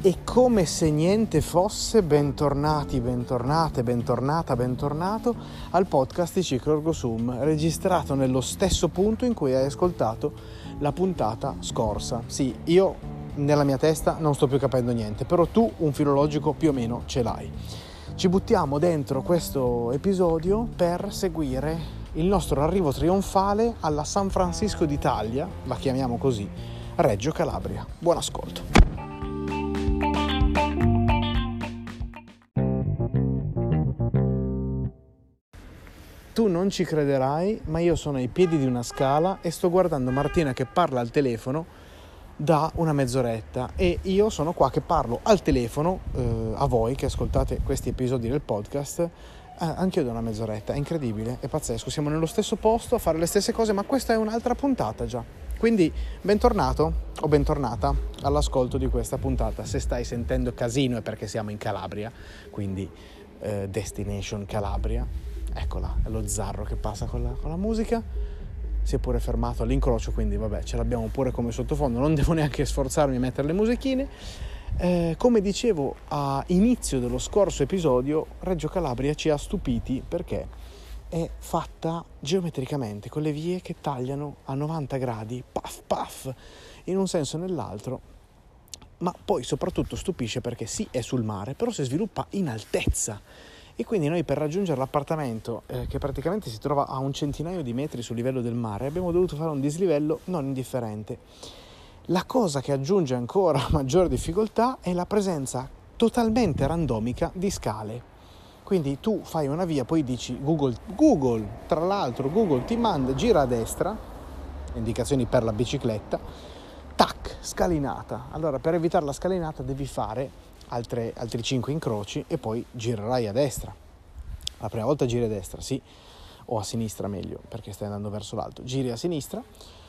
E come se niente fosse, bentornati, bentornate, bentornata, bentornato al podcast di Ciclo Ergo Sum, registrato nello stesso punto in cui hai ascoltato la puntata scorsa. Sì, io nella mia testa non sto più capendo niente, però tu un filologico più o meno ce l'hai. Ci buttiamo dentro questo episodio per seguire il nostro arrivo trionfale alla San Francisco d'Italia, la chiamiamo così, Reggio Calabria. Buon ascolto. Tu non ci crederai, ma io sono ai piedi di una scala e sto guardando Martina che parla al telefono da una mezz'oretta e io sono qua che parlo al telefono a voi che ascoltate questi episodi del podcast anch'io da una mezz'oretta. È incredibile, è pazzesco, siamo nello stesso posto a fare le stesse cose, ma questa è un'altra puntata già. Quindi bentornato o bentornata all'ascolto di questa puntata. Se stai sentendo casino è perché siamo in Calabria, quindi Destination Calabria. Eccola, è lo Zarro che passa con la musica. Si è pure fermato all'incrocio, quindi vabbè, ce l'abbiamo pure come sottofondo, non devo neanche sforzarmi a mettere le musichine. Come dicevo a inizio dello scorso episodio, Reggio Calabria ci ha stupiti perché è fatta geometricamente con le vie che tagliano a 90 gradi, paf paf, in un senso o nell'altro, ma poi soprattutto stupisce perché sì, è sul mare, però si sviluppa in altezza. E quindi noi per raggiungere l'appartamento che praticamente si trova a un centinaio di metri sul livello del mare abbiamo dovuto fare un dislivello non indifferente. La cosa che aggiunge ancora maggiore difficoltà è la presenza totalmente randomica di scale. Quindi tu fai una via, poi dici Google, tra l'altro Google ti manda, gira a destra, indicazioni per la bicicletta, tac, scalinata. Allora per evitare la scalinata devi fare altri 5 incroci e poi girerai a destra. La prima volta giri a destra, sì, o a sinistra meglio, perché stai andando verso l'alto. Giri a sinistra,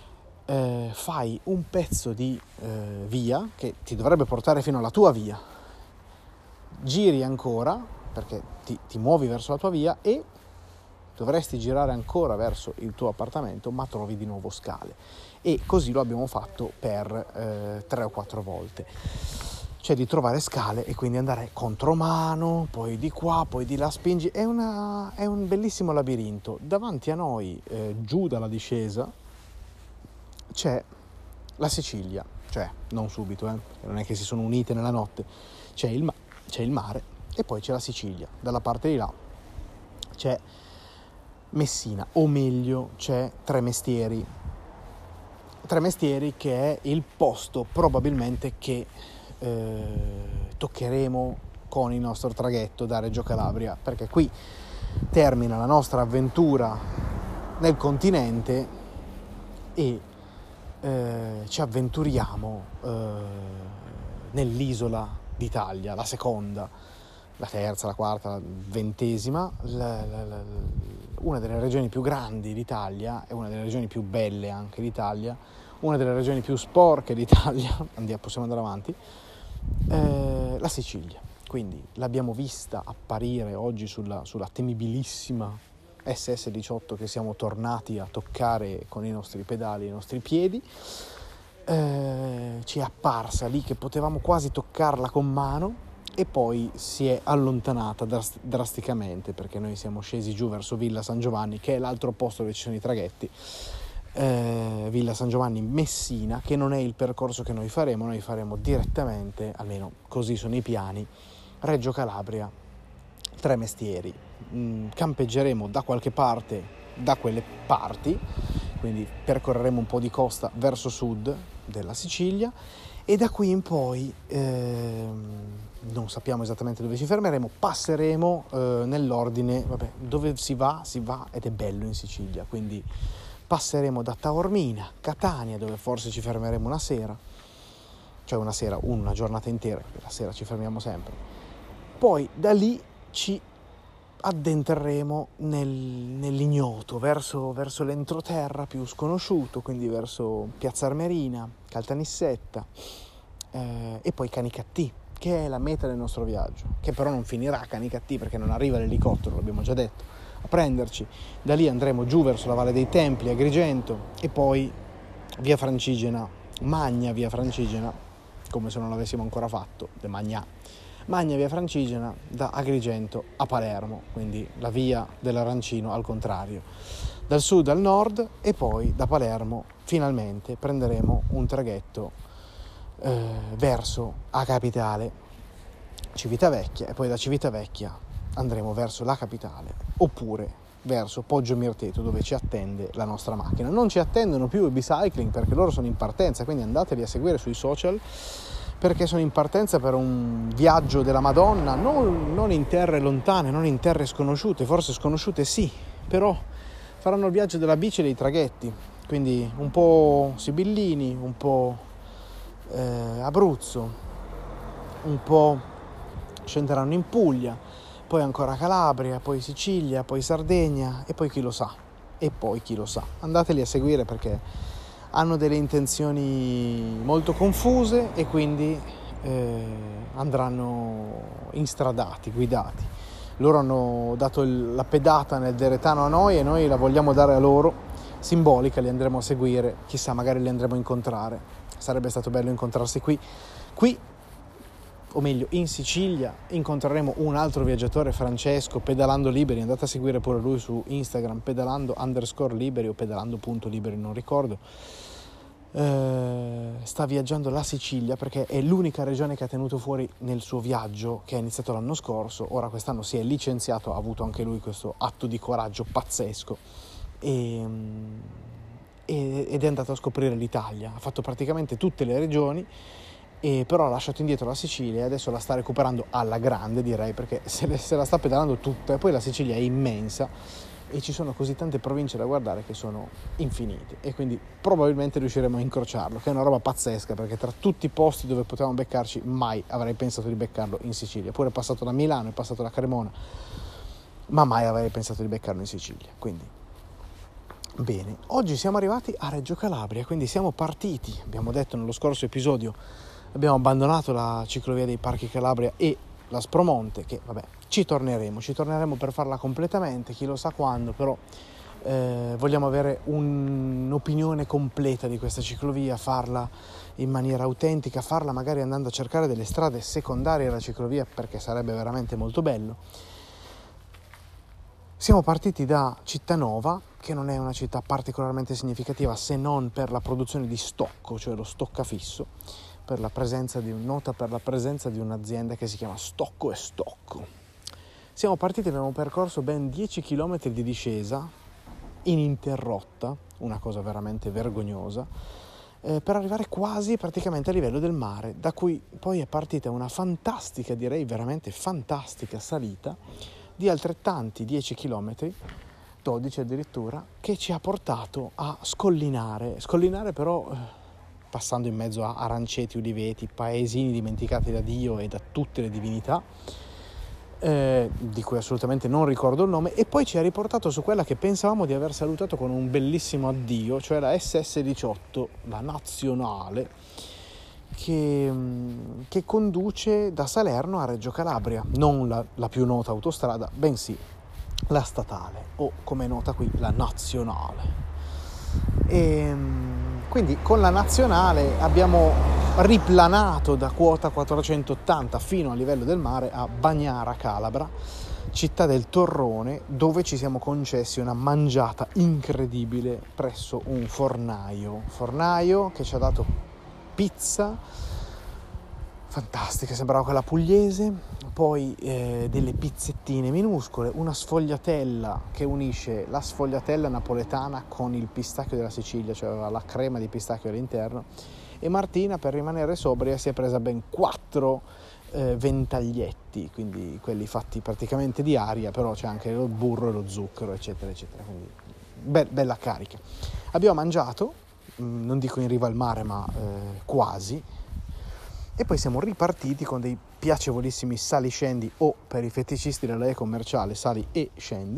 fai un pezzo di via che ti dovrebbe portare fino alla tua via. Giri ancora, perché ti muovi verso la tua via e dovresti girare ancora verso il tuo appartamento, ma trovi di nuovo scale. E così lo abbiamo fatto per 3 o 4 volte. Cioè di trovare scale e quindi andare contromano, poi di qua, poi di là spingi. È un bellissimo labirinto. Davanti a noi, giù dalla discesa, c'è la Sicilia. Cioè, non subito, non è che si sono unite nella notte. C'è il mare e poi c'è la Sicilia. Dalla parte di là c'è Messina, o meglio c'è Tremestieri. Tremestieri che è il posto probabilmente che toccheremo con il nostro traghetto da Reggio Calabria, perché qui termina la nostra avventura nel continente e ci avventuriamo nell'isola d'Italia, la seconda, la terza, la quarta, la 20ª, una delle regioni più grandi d'Italia e una delle regioni più belle anche d'Italia, una delle regioni più sporche d'Italia, possiamo andare avanti, la Sicilia. Quindi l'abbiamo vista apparire oggi sulla temibilissima SS18 che siamo tornati a toccare con i nostri pedali, i nostri piedi. Ci è apparsa lì che potevamo quasi toccarla con mano e poi si è allontanata drasticamente perché noi siamo scesi giù verso Villa San Giovanni, che è l'altro posto dove ci sono i traghetti. Villa San Giovanni Messina, che non è il percorso che noi faremo direttamente, almeno così sono i piani, Reggio Calabria, Tremestieri. Campeggeremo da qualche parte, da quelle parti, quindi percorreremo un po' di costa verso sud della Sicilia e da qui in poi non sappiamo esattamente dove ci fermeremo, passeremo nell'ordine, dove si va ed è bello in Sicilia, quindi passeremo da Taormina, Catania, dove forse ci fermeremo una sera, cioè una giornata intera, la sera ci fermiamo sempre. Poi da lì ci addentreremo nell'ignoto, verso l'entroterra più sconosciuto, quindi verso Piazza Armerina, Caltanissetta e poi Canicattì, che è la meta del nostro viaggio, che però non finirà a Canicattì perché non arriva l'elicottero, l'abbiamo già detto, a prenderci. Da lì andremo giù verso la Valle dei Templi, Agrigento, e poi via Francigena, Magna via Francigena, come se non l'avessimo ancora fatto, de Magnà. Magna via Francigena da Agrigento a Palermo, quindi la via dell'arancino al contrario, dal sud al nord, e poi da Palermo finalmente prenderemo un traghetto verso a Capitale, Civitavecchia, e poi da Civitavecchia andremo verso la capitale oppure verso Poggio Mirteto, dove ci attende la nostra macchina. Non ci attendono più i Bicycling perché loro sono in partenza, quindi andateli a seguire sui social, perché sono in partenza per un viaggio della Madonna, non in terre lontane, non in terre sconosciute, forse sconosciute sì, però faranno il viaggio della bici e dei traghetti, quindi un po' Sibillini, un po' Abruzzo, un po' scenderanno in Puglia, poi ancora Calabria, poi Sicilia, poi Sardegna e poi chi lo sa, andateli a seguire perché hanno delle intenzioni molto confuse e quindi andranno instradati, guidati. Loro hanno dato la pedata nel Deretano a noi e noi la vogliamo dare a loro, simbolica, li andremo a seguire, chissà, magari li andremo a incontrare, sarebbe stato bello incontrarsi qui, o meglio in Sicilia. Incontreremo un altro viaggiatore, Francesco, Pedalando Liberi, andate a seguire pure lui su Instagram, pedalando_liberi o pedalando.liberi, non ricordo. Sta viaggiando la Sicilia perché è l'unica regione che ha tenuto fuori nel suo viaggio, che è iniziato l'anno scorso. Ora quest'anno si è licenziato, ha avuto anche lui questo atto di coraggio pazzesco ed è andato a scoprire l'Italia, ha fatto praticamente tutte le regioni, però ha lasciato indietro la Sicilia e adesso la sta recuperando alla grande, direi, perché se la sta pedalando tutta. E poi la Sicilia è immensa e ci sono così tante province da guardare che sono infinite, e quindi probabilmente riusciremo a incrociarlo, che è una roba pazzesca, perché tra tutti i posti dove potevamo beccarci mai avrei pensato di beccarlo in Sicilia. Pure è passato da Milano, è passato da Cremona, ma mai avrei pensato di beccarlo in Sicilia. Quindi bene, oggi siamo arrivati a Reggio Calabria, quindi siamo partiti, abbiamo detto nello scorso episodio, abbiamo abbandonato la ciclovia dei Parchi Calabria e l'Aspromonte, che vabbè, ci torneremo per farla completamente, chi lo sa quando, però vogliamo avere un'opinione completa di questa ciclovia, farla in maniera autentica, farla magari andando a cercare delle strade secondarie alla ciclovia, perché sarebbe veramente molto bello. Siamo partiti da Cittanova, che non è una città particolarmente significativa se non per la produzione di stocco, cioè lo stoccafisso, nota per la presenza di un'azienda che si chiama Stocco e Stocco. Siamo partiti, abbiamo percorso ben 10 km di discesa ininterrotta, una cosa veramente vergognosa, per arrivare quasi praticamente a livello del mare, da cui poi è partita una fantastica, direi veramente fantastica salita di altrettanti 10 km, 12 addirittura, che ci ha portato a scollinare però passando in mezzo a aranceti, uliveti, paesini dimenticati da Dio e da tutte le divinità, di cui assolutamente non ricordo il nome, e poi ci ha riportato su quella che pensavamo di aver salutato con un bellissimo addio, cioè la SS18, la nazionale, che conduce da Salerno a Reggio Calabria, non la più nota autostrada, bensì la statale, o come è nota qui la nazionale. E quindi con la nazionale abbiamo riplanato da quota 480 fino a livello del mare a Bagnara Calabra, città del Torrone, dove ci siamo concessi una mangiata incredibile presso un fornaio che ci ha dato pizza fantastica, sembrava quella pugliese, poi delle pizzettine minuscole, una sfogliatella che unisce la sfogliatella napoletana con il pistacchio della Sicilia, cioè aveva la crema di pistacchio all'interno, e Martina, per rimanere sobria, si è presa ben 4 ventaglietti, quindi quelli fatti praticamente di aria, però c'è anche lo burro e lo zucchero, eccetera eccetera, quindi bella carica. Abbiamo mangiato, non dico in riva al mare, ma quasi, e poi siamo ripartiti con dei piacevolissimi sali-scendi, o per i feticisti della E commerciale sali e scendi,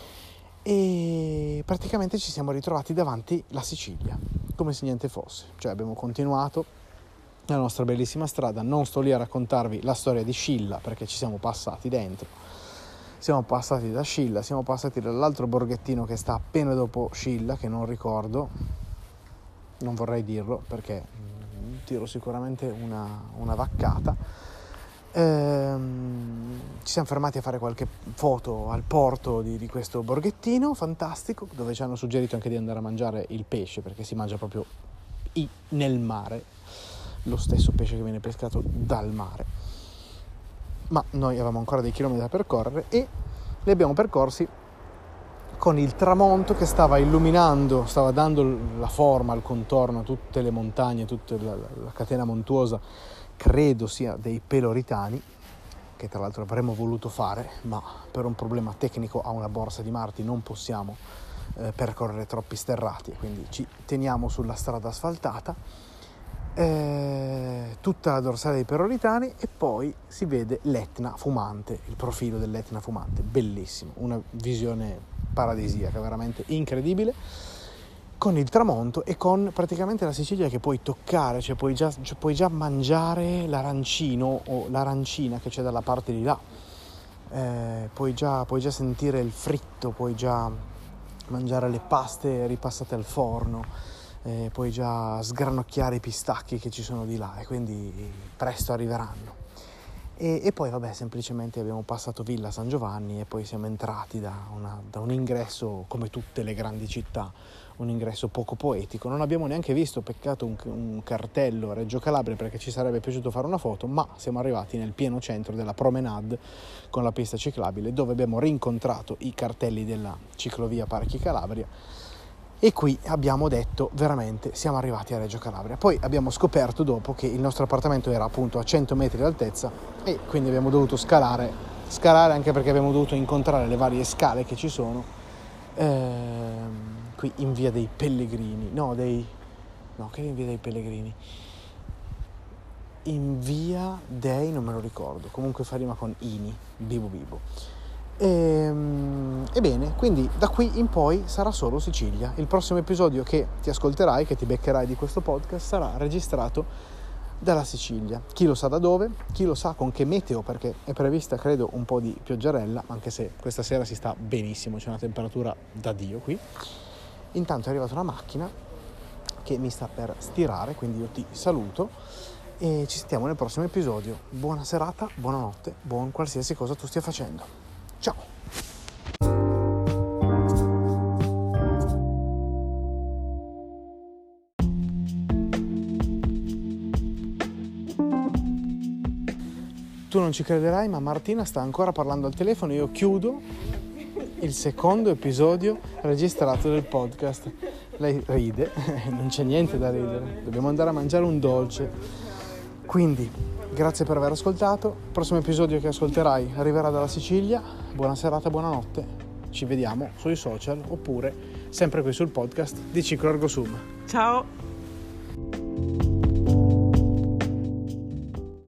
e praticamente ci siamo ritrovati davanti la Sicilia, come se niente fosse. Cioè abbiamo continuato la nostra bellissima strada, non sto lì a raccontarvi la storia di Scilla perché ci siamo passati dentro, siamo passati da Scilla, siamo passati dall'altro borghettino che sta appena dopo Scilla, che non ricordo, non vorrei dirlo perché tiro sicuramente una vaccata. Ci siamo fermati a fare qualche foto al porto di questo borghettino fantastico, dove ci hanno suggerito anche di andare a mangiare il pesce, perché si mangia proprio nel mare, lo stesso pesce che viene pescato dal mare. Ma noi avevamo ancora dei chilometri da percorrere e li abbiamo percorsi con il tramonto che stava illuminando, stava dando la forma, il contorno a tutte le montagne, tutta la catena montuosa, credo sia dei Peloritani, che tra l'altro avremmo voluto fare, ma per un problema tecnico a una borsa di marti non possiamo percorrere troppi sterrati, quindi ci teniamo sulla strada asfaltata, tutta la dorsale dei Peloritani, e poi si vede l'Etna fumante, il profilo dell'Etna fumante, bellissimo, una visione paradisiaca, veramente incredibile, con il tramonto e con praticamente la Sicilia che puoi toccare, cioè puoi già mangiare l'arancino o l'arancina che c'è dalla parte di là, puoi già sentire il fritto, puoi già mangiare le paste ripassate al forno, puoi già sgranocchiare i pistacchi che ci sono di là, e quindi presto arriveranno. E poi vabbè, semplicemente abbiamo passato Villa San Giovanni e poi siamo entrati da un ingresso, come tutte le grandi città, un ingresso poco poetico. Non abbiamo neanche visto, peccato, un cartello a Reggio Calabria, perché ci sarebbe piaciuto fare una foto, ma siamo arrivati nel pieno centro della promenade con la pista ciclabile, dove abbiamo rincontrato i cartelli della ciclovia Parchi Calabria. E qui abbiamo detto, veramente, siamo arrivati a Reggio Calabria. Poi abbiamo scoperto dopo che il nostro appartamento era appunto a 100 metri d'altezza, e quindi abbiamo dovuto scalare anche perché abbiamo dovuto incontrare le varie scale che ci sono qui in via dei Pellegrini. Che in via dei Pellegrini? In via dei, non me lo ricordo, comunque fa rima con Ini, Bibo. Ebbene, quindi da qui in poi sarà solo Sicilia. Il prossimo episodio che ti ascolterai, che ti beccherai di questo podcast, sarà registrato dalla Sicilia. Chi lo sa da dove, chi lo sa con che meteo, perché è prevista credo un po' di pioggerella, anche se questa sera si sta benissimo, c'è una temperatura da Dio qui. Intanto è arrivata una macchina che mi sta per stirare, quindi io ti saluto e ci sentiamo nel prossimo episodio. Buona serata, buonanotte, buon qualsiasi cosa tu stia facendo. Ciao! Tu non ci crederai, ma Martina sta ancora parlando al telefono. Io chiudo il secondo episodio registrato del podcast. Lei ride, non c'è niente da ridere, dobbiamo andare a mangiare un dolce. Quindi grazie per aver ascoltato. Il prossimo episodio che ascolterai arriverà dalla Sicilia. Buona serata, buonanotte. Ci vediamo sui social oppure sempre qui sul podcast di Ciclo Ergo Sum. Ciao!